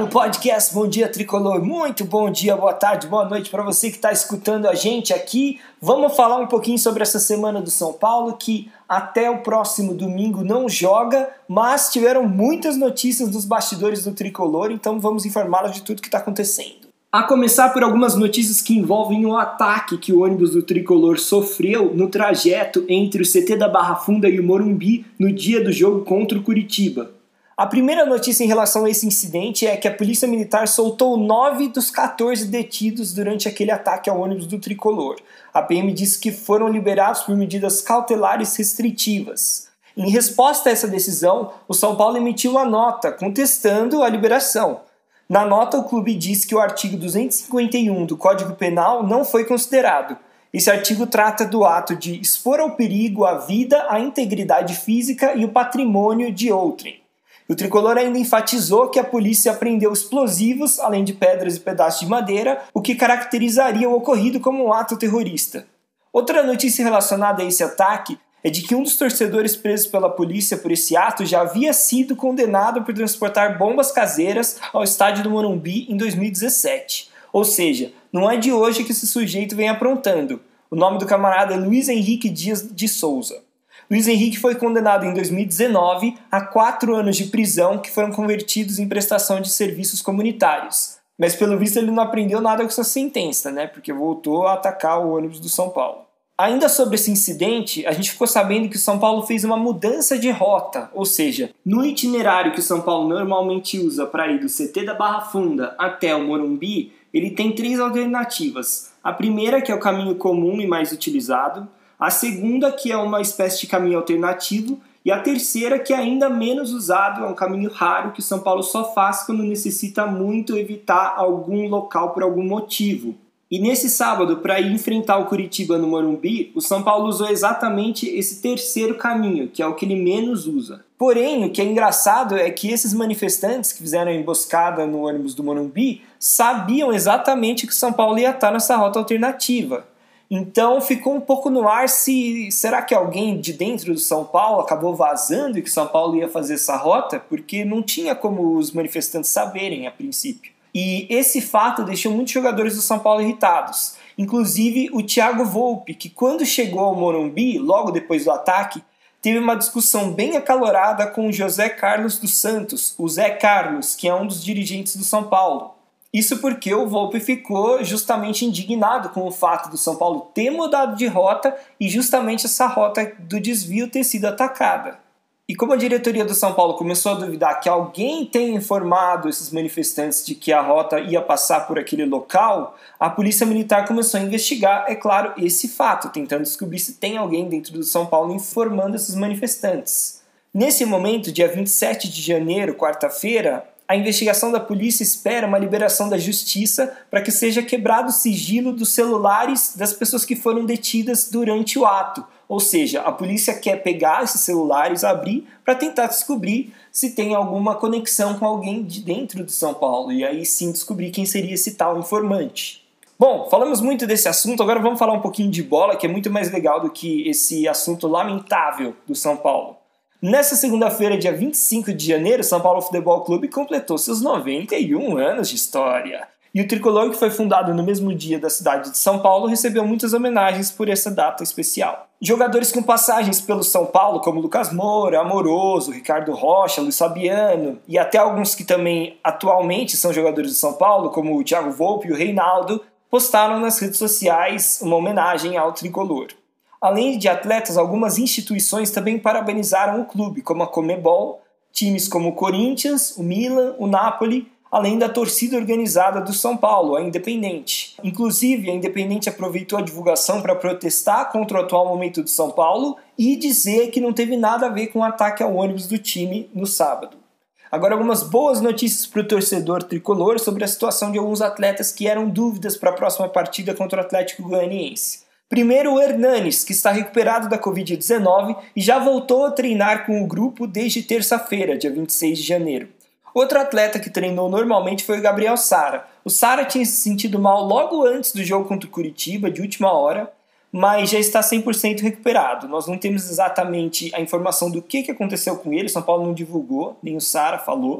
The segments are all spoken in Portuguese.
no podcast Bom Dia Tricolor. Muito bom dia, boa tarde, boa noite para você que está escutando a gente aqui. Vamos falar um pouquinho sobre essa semana do São Paulo, que até o próximo domingo não joga, mas tiveram muitas notícias dos bastidores do Tricolor, então vamos informá-los de tudo que está acontecendo. A começar por algumas notícias que envolvem o ataque que o ônibus do Tricolor sofreu no trajeto entre o CT da Barra Funda e o Morumbi no dia do jogo contra o Curitiba. A primeira notícia em relação a esse incidente é que a Polícia Militar soltou 9 dos 14 detidos durante aquele ataque ao ônibus do Tricolor. A PM disse que foram liberados por medidas cautelares restritivas. Em resposta a essa decisão, o São Paulo emitiu uma nota contestando a liberação. Na nota, o clube diz que o artigo 251 do Código Penal não foi considerado. Esse artigo trata do ato de expor ao perigo a vida, a integridade física e o patrimônio de outrem. O Tricolor ainda enfatizou que a polícia apreendeu explosivos, além de pedras e pedaços de madeira, o que caracterizaria o ocorrido como um ato terrorista. Outra notícia relacionada a esse ataque é de que um dos torcedores presos pela polícia por esse ato já havia sido condenado por transportar bombas caseiras ao estádio do Morumbi em 2017. Ou seja, não é de hoje que esse sujeito vem aprontando. O nome do camarada é Luiz Henrique Dias de Souza. Luiz Henrique foi condenado em 2019 a 4 anos de prisão que foram convertidos em prestação de serviços comunitários. Mas pelo visto ele não aprendeu nada com essa sentença, né? Porque voltou a atacar o ônibus do São Paulo. Ainda sobre esse incidente, a gente ficou sabendo que o São Paulo fez uma mudança de rota, ou seja, no itinerário que o São Paulo normalmente usa para ir do CT da Barra Funda até o Morumbi, ele tem 3 alternativas. A primeira, que é o caminho comum e mais utilizado, a segunda, que é uma espécie de caminho alternativo, e a terceira, que é ainda menos usado, é um caminho raro que o São Paulo só faz quando necessita muito evitar algum local por algum motivo. E nesse sábado, para ir enfrentar o Curitiba no Morumbi, o São Paulo usou exatamente esse terceiro caminho, que é o que ele menos usa. Porém, o que é engraçado é que esses manifestantes que fizeram a emboscada no ônibus do Morumbi sabiam exatamente que o São Paulo ia estar nessa rota alternativa. Então ficou um pouco no ar se será que alguém de dentro do São Paulo acabou vazando e que o São Paulo ia fazer essa rota? Porque não tinha como os manifestantes saberem a princípio. E esse fato deixou muitos jogadores do São Paulo irritados. Inclusive o Thiago Volpi, que quando chegou ao Morumbi, logo depois do ataque, teve uma discussão bem acalorada com o José Carlos dos Santos, o Zé Carlos, que é um dos dirigentes do São Paulo. Isso porque o Volpi ficou justamente indignado com o fato do São Paulo ter mudado de rota e justamente essa rota do desvio ter sido atacada. E como a diretoria do São Paulo começou a duvidar que alguém tenha informado esses manifestantes de que a rota ia passar por aquele local, a Polícia Militar começou a investigar, é claro, esse fato, tentando descobrir se tem alguém dentro do São Paulo informando esses manifestantes. Nesse momento, dia 27 de janeiro, quarta-feira, a investigação da polícia espera uma liberação da justiça para que seja quebrado o sigilo dos celulares das pessoas que foram detidas durante o ato. Ou seja, a polícia quer pegar esses celulares, abrir, para tentar descobrir se tem alguma conexão com alguém de dentro do São Paulo. E aí sim descobrir quem seria esse tal informante. Bom, falamos muito desse assunto, agora vamos falar um pouquinho de bola, que é muito mais legal do que esse assunto lamentável do São Paulo. Nessa segunda-feira, dia 25 de janeiro, o São Paulo Futebol Clube completou seus 91 anos de história. E o Tricolor, que foi fundado no mesmo dia da cidade de São Paulo, recebeu muitas homenagens por essa data especial. Jogadores com passagens pelo São Paulo, como Lucas Moura, Amoroso, Ricardo Rocha, Luiz Fabiano, e até alguns que também atualmente são jogadores do São Paulo, como o Thiago Volpi e o Reinaldo, postaram nas redes sociais uma homenagem ao Tricolor. Além de atletas, algumas instituições também parabenizaram o clube, como a Conmebol, times como o Corinthians, o Milan, o Napoli, além da torcida organizada do São Paulo, a Independente. Inclusive, a Independente aproveitou a divulgação para protestar contra o atual momento do São Paulo e dizer que não teve nada a ver com o ataque ao ônibus do time no sábado. Agora, algumas boas notícias para o torcedor tricolor sobre a situação de alguns atletas que eram dúvidas para a próxima partida contra o Atlético Goianiense. Primeiro, o Hernanes, que está recuperado da Covid-19 e já voltou a treinar com o grupo desde terça-feira, dia 26 de janeiro. Outro atleta que treinou normalmente foi o Gabriel Sara. O Sara tinha se sentido mal logo antes do jogo contra o Curitiba, de última hora, mas já está 100% recuperado. Nós não temos exatamente a informação do que aconteceu com ele, São Paulo não divulgou, nem o Sara falou,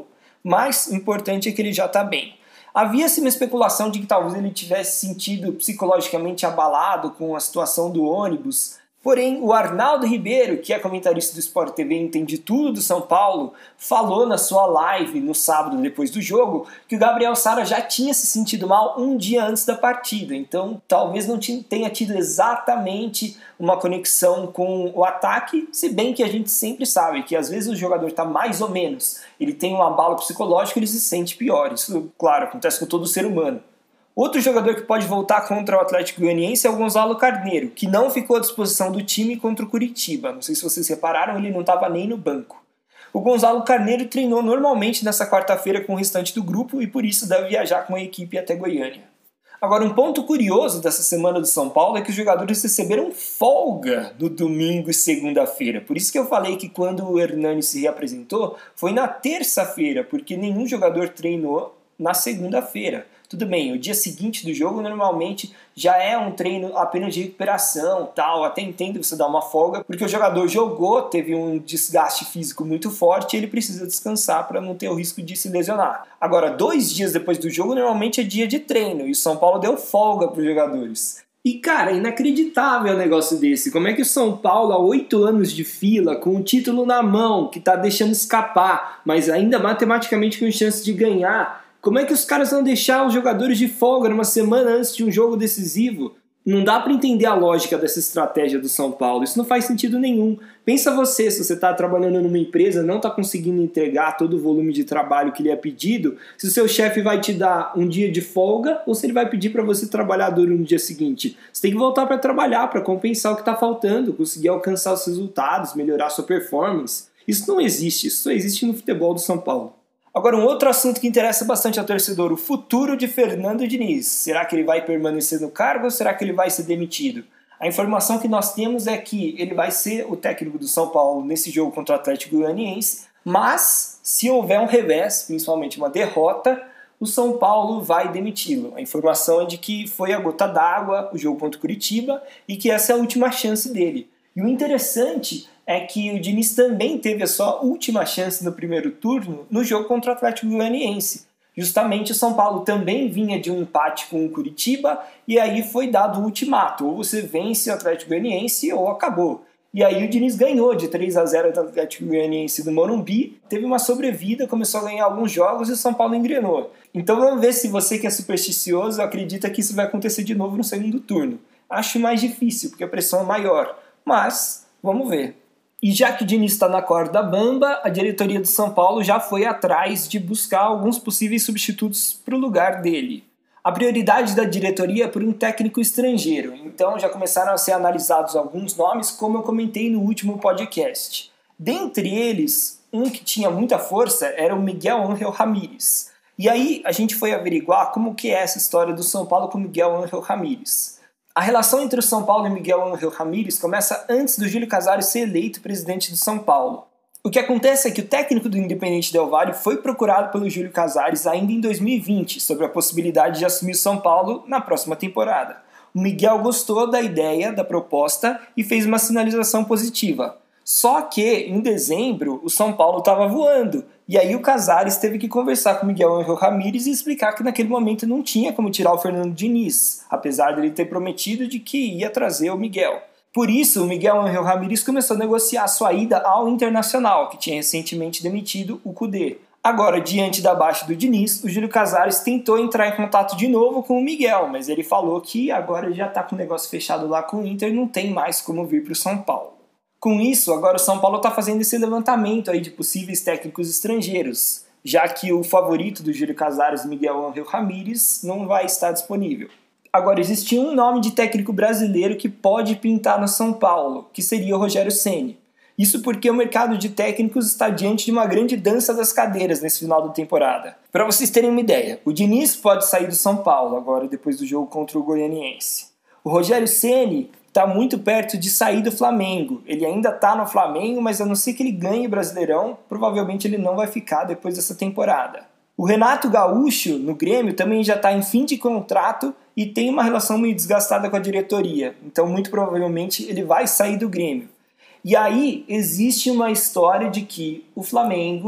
mas o importante é que ele já está bem. Havia-se uma especulação de que talvez ele tivesse sentido psicologicamente abalado com a situação do ônibus. Porém, o Arnaldo Ribeiro, que é comentarista do Sport TV e entende tudo do São Paulo, falou na sua live no sábado depois do jogo que o Gabriel Sara já tinha se sentido mal um dia antes da partida. Então, talvez não tenha tido exatamente uma conexão com o ataque, se bem que a gente sempre sabe que às vezes o jogador está mais ou menos, ele tem um abalo psicológico, ele se sente pior. Isso, claro, acontece com todo ser humano. Outro jogador que pode voltar contra o Atlético Goianiense é o Gonzalo Carneiro, que não ficou à disposição do time contra o Curitiba. Não sei se vocês repararam, ele não estava nem no banco. O Gonzalo Carneiro treinou normalmente nessa quarta-feira com o restante do grupo e por isso deve viajar com a equipe até Goiânia. Agora, um ponto curioso dessa semana do São Paulo é que os jogadores receberam folga no domingo e segunda-feira. Por isso que eu falei que quando o Hernani se reapresentou, foi na terça-feira, porque nenhum jogador treinou na segunda-feira. Tudo bem, o dia seguinte do jogo normalmente já é um treino apenas de recuperação, tal, até entendo você dar uma folga, porque o jogador jogou, teve um desgaste físico muito forte e ele precisa descansar para não ter o risco de se lesionar. Agora, 2 dias depois do jogo normalmente é dia de treino e o São Paulo deu folga para os jogadores. E cara, inacreditável um negócio desse. Como é que o São Paulo, há 8 anos de fila, com o título na mão, que tá deixando escapar, mas ainda matematicamente com chance de ganhar, como é que os caras vão deixar os jogadores de folga numa semana antes de um jogo decisivo? Não dá para entender a lógica dessa estratégia do São Paulo. Isso não faz sentido nenhum. Pensa você, se você está trabalhando numa empresa, não está conseguindo entregar todo o volume de trabalho que lhe é pedido, se o seu chefe vai te dar um dia de folga ou se ele vai pedir para você trabalhar duro no dia seguinte. Você tem que voltar para trabalhar, para compensar o que está faltando, conseguir alcançar os resultados, melhorar sua performance. Isso não existe, isso só existe no futebol do São Paulo. Agora, um outro assunto que interessa bastante ao torcedor, o futuro de Fernando Diniz. Será que ele vai permanecer no cargo ou será que ele vai ser demitido? A informação que nós temos é que ele vai ser o técnico do São Paulo nesse jogo contra o Atlético Goianiense, mas se houver um revés, principalmente uma derrota, o São Paulo vai demiti-lo. A informação é de que foi a gota d'água o jogo contra o Curitiba e que essa é a última chance dele. E o interessante é que o Diniz também teve a sua última chance no primeiro turno no jogo contra o Atlético Goianiense. Justamente o São Paulo também vinha de um empate com o Curitiba e aí foi dado o ultimato, ou você vence o Atlético Goianiense ou acabou. E aí o Diniz ganhou de 3-0 do Atlético Goianiense do Morumbi, teve uma sobrevida, começou a ganhar alguns jogos e o São Paulo engrenou. Então vamos ver se você que é supersticioso acredita que isso vai acontecer de novo no segundo turno. Acho mais difícil, porque a pressão é maior, mas vamos ver. E já que o Diniz está na corda bamba, a diretoria do São Paulo já foi atrás de buscar alguns possíveis substitutos para o lugar dele. A prioridade da diretoria é por um técnico estrangeiro, então já começaram a ser analisados alguns nomes, como eu comentei no último podcast. Dentre eles, um que tinha muita força era o Miguel Ángel Ramírez. E aí a gente foi averiguar como que é essa história do São Paulo com o Miguel Ángel Ramírez. A relação entre o São Paulo e Miguel Ángel Ramírez começa antes do Júlio Casares ser eleito presidente do São Paulo. O que acontece é que o técnico do Independente Del Valle foi procurado pelo Júlio Casares ainda em 2020 sobre a possibilidade de assumir o São Paulo na próxima temporada. O Miguel gostou da ideia, da proposta e fez uma sinalização positiva. Só que, em dezembro, o São Paulo estava voando. E aí o Casares teve que conversar com o Miguel Ángel Ramírez e explicar que naquele momento não tinha como tirar o Fernando Diniz, apesar dele ter prometido de que ia trazer o Miguel. Por isso, o Miguel Ángel Ramírez começou a negociar sua ida ao Internacional, que tinha recentemente demitido o Kudê. Agora, diante da baixa do Diniz, o Júlio Casares tentou entrar em contato de novo com o Miguel, mas ele falou que agora já está com o negócio fechado lá com o Inter e não tem mais como vir para o São Paulo. Com isso, agora o São Paulo está fazendo esse levantamento aí de possíveis técnicos estrangeiros, já que o favorito do Júlio Casares, Miguel Ángel Ramírez, não vai estar disponível. Agora, existe um nome de técnico brasileiro que pode pintar no São Paulo, que seria o Rogério Ceni. Isso porque o mercado de técnicos está diante de uma grande dança das cadeiras nesse final da temporada. Para vocês terem uma ideia, o Diniz pode sair do São Paulo agora depois do jogo contra o Goianiense. O Rogério Ceni está muito perto de sair do Flamengo. Ele ainda está no Flamengo, mas a não ser que ele ganhe o Brasileirão, provavelmente ele não vai ficar depois dessa temporada. O Renato Gaúcho, no Grêmio, também já está em fim de contrato e tem uma relação meio desgastada com a diretoria. Então, muito provavelmente, ele vai sair do Grêmio. E aí, existe uma história de que o Flamengo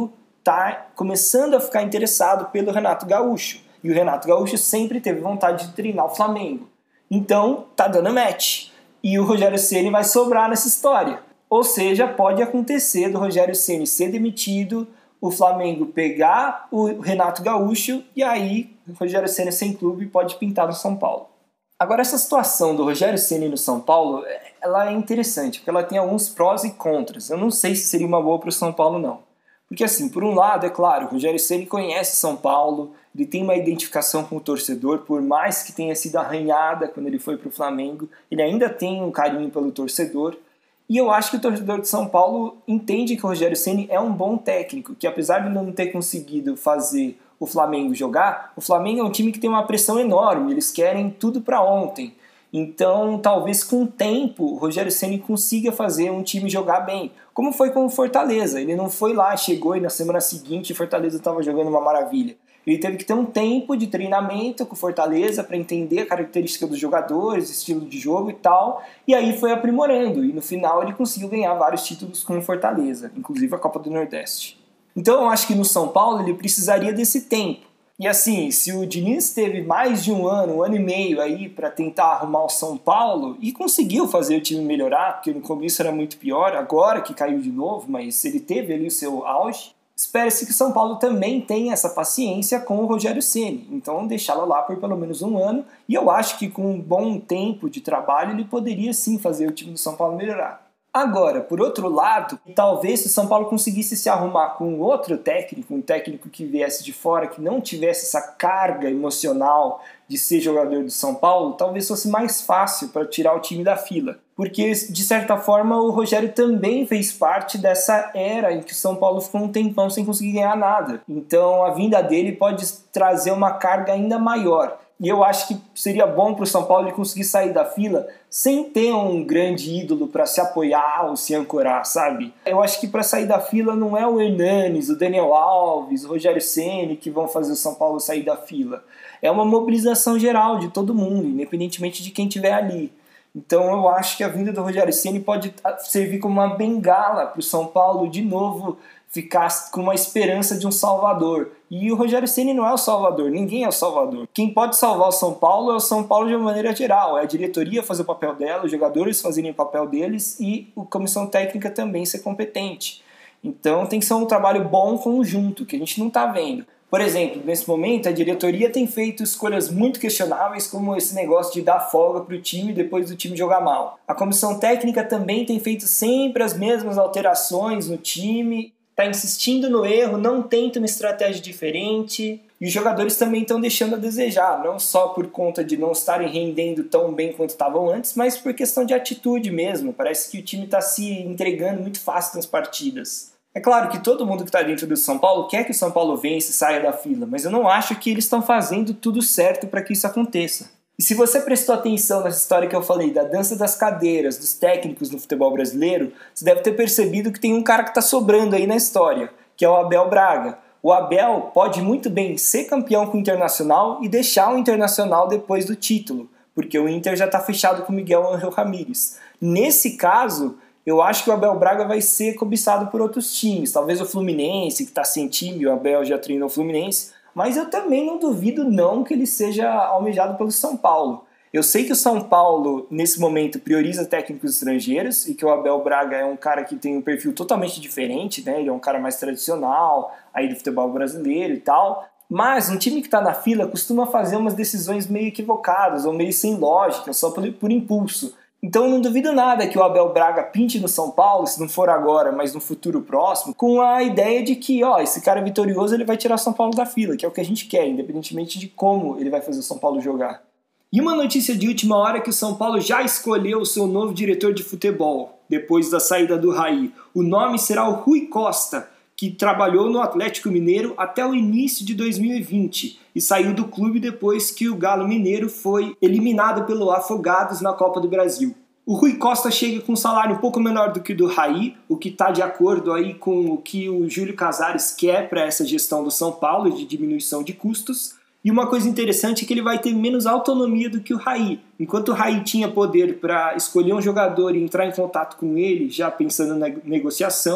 está começando a ficar interessado pelo Renato Gaúcho. E o Renato Gaúcho sempre teve vontade de treinar o Flamengo. Então, tá dando match. E o Rogério Ceni vai sobrar nessa história. Ou seja, pode acontecer do Rogério Ceni ser demitido, o Flamengo pegar o Renato Gaúcho e aí o Rogério Ceni sem clube pode pintar no São Paulo. Agora, essa situação do Rogério Ceni no São Paulo, ela é interessante, porque ela tem alguns prós e contras. Eu não sei se seria uma boa para o São Paulo, não. Porque assim, por um lado, é claro, o Rogério Ceni conhece São Paulo, ele tem uma identificação com o torcedor, por mais que tenha sido arranhada quando ele foi para o Flamengo, ele ainda tem um carinho pelo torcedor. E eu acho que o torcedor de São Paulo entende que o Rogério Ceni é um bom técnico, que apesar de não ter conseguido fazer o Flamengo jogar, o Flamengo é um time que tem uma pressão enorme, eles querem tudo para ontem. Então, talvez com o tempo, o Rogério Ceni consiga fazer um time jogar bem, como foi com o Fortaleza. Ele não foi lá, chegou e na semana seguinte o Fortaleza estava jogando uma maravilha. Ele teve que ter um tempo de treinamento com o Fortaleza para entender a característica dos jogadores, estilo de jogo e tal, e aí foi aprimorando, e no final ele conseguiu ganhar vários títulos com o Fortaleza, inclusive a Copa do Nordeste. Então eu acho que no São Paulo ele precisaria desse tempo. E assim, se o Diniz teve mais de um ano e meio aí para tentar arrumar o São Paulo e conseguiu fazer o time melhorar, porque no começo era muito pior, agora que caiu de novo, mas ele teve ali o seu auge, espera-se que o São Paulo também tenha essa paciência com o Rogério Ceni. Então deixá-lo lá por pelo menos um ano, e eu acho que com um bom tempo de trabalho ele poderia sim fazer o time do São Paulo melhorar. Agora, por outro lado, talvez se o São Paulo conseguisse se arrumar com outro técnico, um técnico que viesse de fora, que não tivesse essa carga emocional de ser jogador do São Paulo, talvez fosse mais fácil para tirar o time da fila. Porque, de certa forma, o Rogério também fez parte dessa era em que o São Paulo ficou um tempão sem conseguir ganhar nada. Então, a vinda dele pode trazer uma carga ainda maior. E eu acho que seria bom para o São Paulo ele conseguir sair da fila sem ter um grande ídolo para se apoiar ou se ancorar, sabe? Eu acho que para sair da fila não é o Hernanes, o Daniel Alves, o Rogério Ceni que vão fazer o São Paulo sair da fila. É uma mobilização geral de todo mundo, independentemente de quem estiver ali. Então eu acho que a vinda do Rogério Ceni pode servir como uma bengala para o São Paulo de novo ficar com uma esperança de um salvador. E o Rogério Ceni não é o salvador, ninguém é o salvador. Quem pode salvar o São Paulo é o São Paulo de uma maneira geral. É a diretoria fazer o papel dela, os jogadores fazerem o papel deles e a comissão técnica também ser competente. Então tem que ser um trabalho bom conjunto, que a gente não está vendo. Por exemplo, nesse momento a diretoria tem feito escolhas muito questionáveis, como esse negócio de dar folga para o time depois do time jogar mal. A comissão técnica também tem feito sempre as mesmas alterações no time, está insistindo no erro, não tenta uma estratégia diferente. E os jogadores também estão deixando a desejar, não só por conta de não estarem rendendo tão bem quanto estavam antes, mas por questão de atitude mesmo. Parece que o time está se entregando muito fácil nas partidas. É claro que todo mundo que está dentro do São Paulo quer que o São Paulo vença e saia da fila, mas eu não acho que eles estão fazendo tudo certo para que isso aconteça. E se você prestou atenção nessa história que eu falei, da dança das cadeiras, dos técnicos no futebol brasileiro, você deve ter percebido que tem um cara que está sobrando aí na história, que é o Abel Braga. O Abel pode muito bem ser campeão com o Internacional e deixar o Internacional depois do título, porque o Inter já está fechado com o Miguel Ángel Ramírez. Nesse caso, eu acho que o Abel Braga vai ser cobiçado por outros times, talvez o Fluminense, que está sem time, o Abel já treinou o Fluminense, mas eu também não duvido não que ele seja almejado pelo São Paulo. Eu sei que o São Paulo, nesse momento, prioriza técnicos estrangeiros e que o Abel Braga é um cara que tem um perfil totalmente diferente, né? Ele é um cara mais tradicional, aí do futebol brasileiro e tal. Mas um time que está na fila costuma fazer umas decisões meio equivocadas ou meio sem lógica, só por impulso. Então eu não duvido nada que o Abel Braga pinte no São Paulo, se não for agora, mas no futuro próximo, com a ideia de que, esse cara é vitorioso, ele vai tirar o São Paulo da fila, que é o que a gente quer, independentemente de como ele vai fazer o São Paulo jogar. E uma notícia de última hora é que o São Paulo já escolheu o seu novo diretor de futebol, depois da saída do Raí. O nome será o Rui Costa, que trabalhou no Atlético Mineiro até o início de 2020 e saiu do clube depois que o Galo Mineiro foi eliminado pelo Afogados na Copa do Brasil. O Rui Costa chega com um salário um pouco menor do que o do Raí, o que está de acordo aí com o que o Júlio Casares quer para essa gestão do São Paulo de diminuição de custos. E uma coisa interessante é que ele vai ter menos autonomia do que o Raí. Enquanto o Raí tinha poder para escolher um jogador e entrar em contato com ele, já pensando na negociação,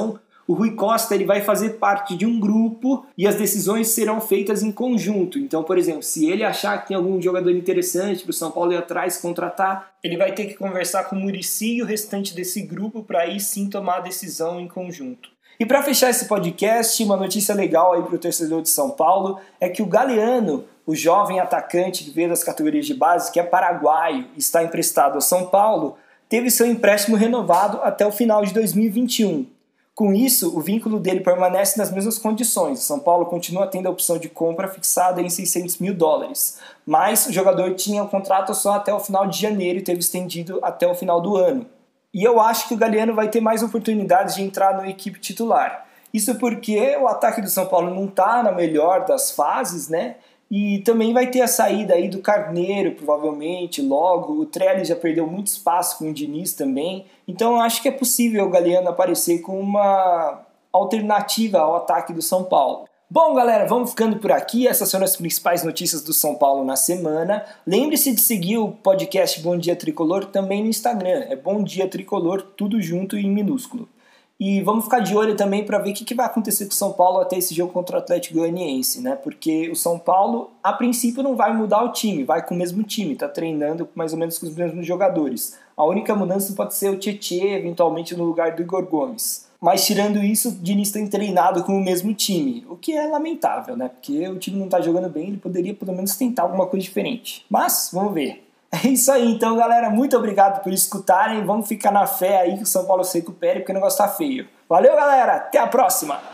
o Rui Costa ele vai fazer parte de um grupo e as decisões serão feitas em conjunto. Então, por exemplo, se ele achar que tem algum jogador interessante para o São Paulo ir atrás contratar, ele vai ter que conversar com o Muricy e o restante desse grupo para aí sim tomar a decisão em conjunto. E para fechar esse podcast, uma notícia legal aí para o torcedor de São Paulo é que o Galeano, o jovem atacante que veio das categorias de base, que é paraguaio e está emprestado ao São Paulo, teve seu empréstimo renovado até o final de 2021. Com isso, o vínculo dele permanece nas mesmas condições. O São Paulo continua tendo a opção de compra fixada em $600 mil, mas o jogador tinha o contrato só até o final de janeiro e teve estendido até o final do ano. E eu acho que o Galeano vai ter mais oportunidades de entrar na equipe titular. Isso porque o ataque do São Paulo não está na melhor das fases, né? E também vai ter a saída aí do Carneiro, provavelmente, logo. O Trellis já perdeu muito espaço com o Diniz também. Então eu acho que é possível o Galeano aparecer com uma alternativa ao ataque do São Paulo. Bom, galera, vamos ficando por aqui. Essas foram as principais notícias do São Paulo na semana. Lembre-se de seguir o podcast Bom Dia Tricolor também no Instagram. É Bom Dia Tricolor, tudo junto e em minúsculo. E vamos ficar de olho também para ver o que vai acontecer com o São Paulo até esse jogo contra o Atlético Goianiense, né? Porque o São Paulo, a princípio, não vai mudar o time, vai com o mesmo time, tá treinando mais ou menos com os mesmos jogadores. A única mudança pode ser o Tietê, eventualmente no lugar do Igor Gomes. Mas tirando isso, o Diniz tem treinado com o mesmo time, o que é lamentável, né? Porque o time não tá jogando bem, ele poderia pelo menos tentar alguma coisa diferente. Mas, vamos ver. É isso aí, então, galera, muito obrigado por escutarem. Vamos ficar na fé aí que o São Paulo se recupere, porque o negócio tá feio. Valeu, galera, até a próxima!